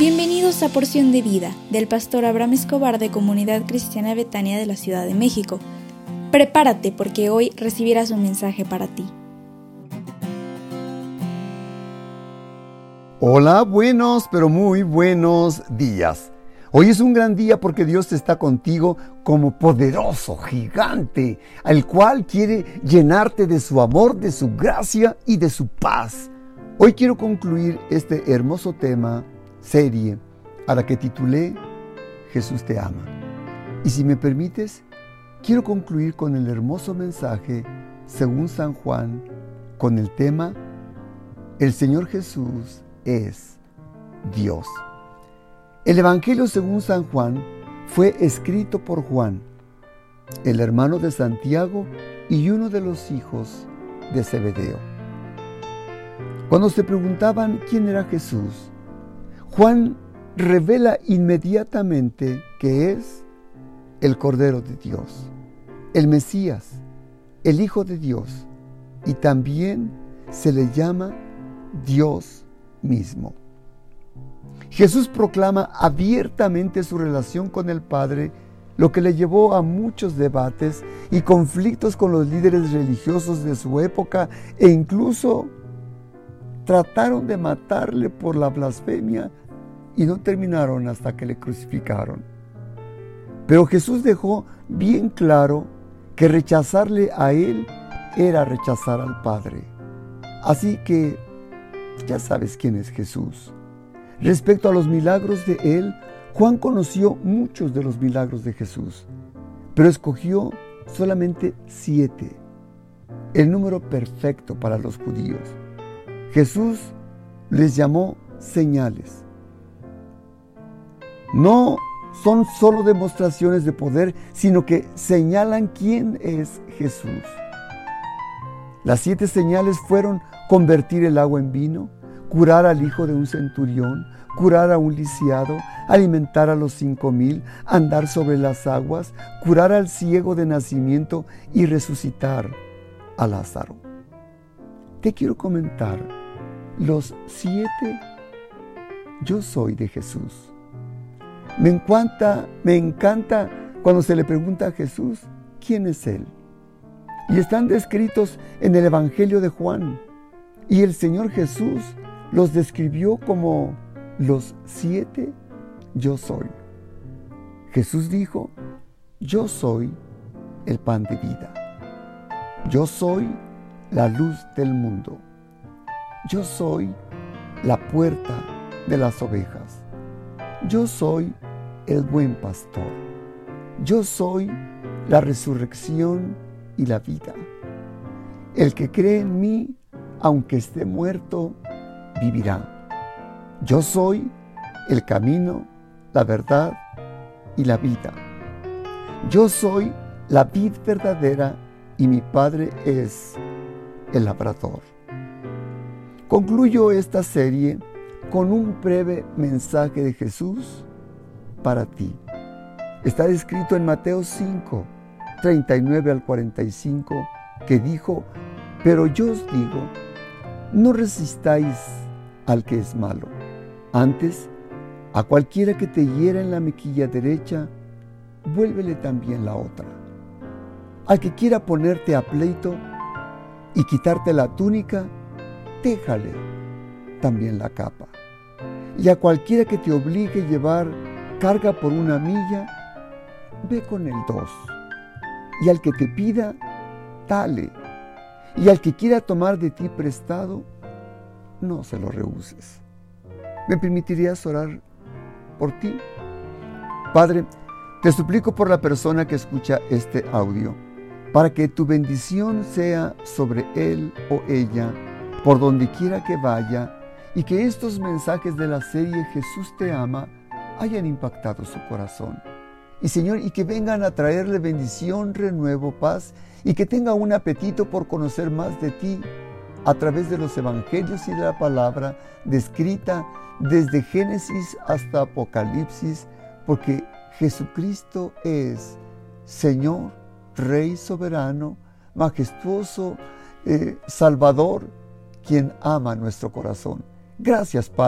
Bienvenidos a Porción de Vida, del pastor Abraham Escobar de Comunidad Cristiana Betania de la Ciudad de México. Prepárate porque hoy recibirás un mensaje para ti. Hola, buenos, pero muy buenos días. Hoy es un gran día porque Dios está contigo como poderoso gigante, al cual quiere llenarte de su amor, de su gracia y de su paz. Hoy quiero concluir este hermoso tema, serie, a la que titulé Jesús te ama. Y si me permites, quiero concluir con el hermoso mensaje, según San Juan, con el tema, el Señor Jesús es Dios. El Evangelio según San Juan fue escrito por Juan, el hermano de Santiago y uno de los hijos de Zebedeo. Cuando se preguntaban quién era Jesús, Juan revela inmediatamente que es el Cordero de Dios, el Mesías, el Hijo de Dios, y también se le llama Dios mismo. Jesús proclama abiertamente su relación con el Padre, lo que le llevó a muchos debates y conflictos con los líderes religiosos de su época, e incluso trataron de matarle por la blasfemia y no terminaron hasta que le crucificaron. Pero Jesús dejó bien claro que rechazarle a Él era rechazar al Padre. Así que ya sabes quién es Jesús. Respecto a los milagros de Él, Juan conoció muchos de los milagros de Jesús, pero escogió solamente 7, el número perfecto para los judíos. Jesús les llamó señales. No son solo demostraciones de poder, sino que señalan quién es Jesús. Las 7 señales fueron convertir el agua en vino, curar al hijo de un centurión, curar a un lisiado, alimentar a los 5,000, andar sobre las aguas, curar al ciego de nacimiento y resucitar a Lázaro. Te quiero comentar los 7 yo soy de Jesús. Me encanta cuando se le pregunta a Jesús quién es Él. Y están descritos en el Evangelio de Juan. Y el Señor Jesús los describió como los 7 yo soy. Jesús dijo, yo soy el pan de vida. Yo soy la luz del mundo. Yo soy la puerta de las ovejas. Yo soy el buen pastor. Yo soy la resurrección y la vida. El que cree en mí, aunque esté muerto, vivirá. Yo soy el camino, la verdad y la vida. Yo soy la vid verdadera y mi Padre es el labrador. Concluyo esta serie con un breve mensaje de Jesús para ti. Está escrito en Mateo 5, 39 al 45, que dijo, pero yo os digo, no resistáis al que es malo. Antes, a cualquiera que te hiera en la mejilla derecha, vuélvele también la otra. Al que quiera ponerte a pleito y quitarte la túnica, déjale también la capa. Y a cualquiera que te obligue a llevar carga por 1 milla, ve con el 2. Y al que te pida, dale. Y al que quiera tomar de ti prestado, no se lo rehuses. ¿Me permitirías orar por ti? Padre, te suplico por la persona que escucha este audio, para que tu bendición sea sobre él o ella, por donde quiera que vaya, y que estos mensajes de la serie Jesús te ama hayan impactado su corazón. Y Señor, y que vengan a traerle bendición, renuevo, paz, y que tenga un apetito por conocer más de ti a través de los evangelios y de la palabra descrita desde Génesis hasta Apocalipsis, porque Jesucristo es Señor, Rey soberano, majestuoso, Salvador, quien ama nuestro corazón. Gracias, Padre,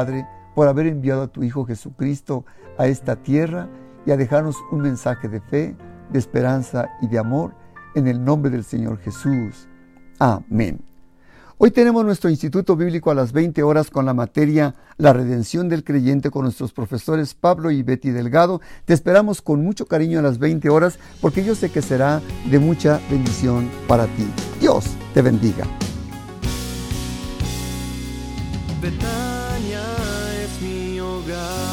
por haber enviado a tu Hijo Jesucristo a esta tierra y a dejarnos un mensaje de fe, de esperanza y de amor en el nombre del Señor Jesús. Amén. Hoy tenemos nuestro Instituto Bíblico a las 20 horas con la materia La Redención del Creyente con nuestros profesores Pablo y Betty Delgado. Te esperamos con mucho cariño a las 20 horas porque yo sé que será de mucha bendición para ti. Dios te bendiga. Betania es mi hogar.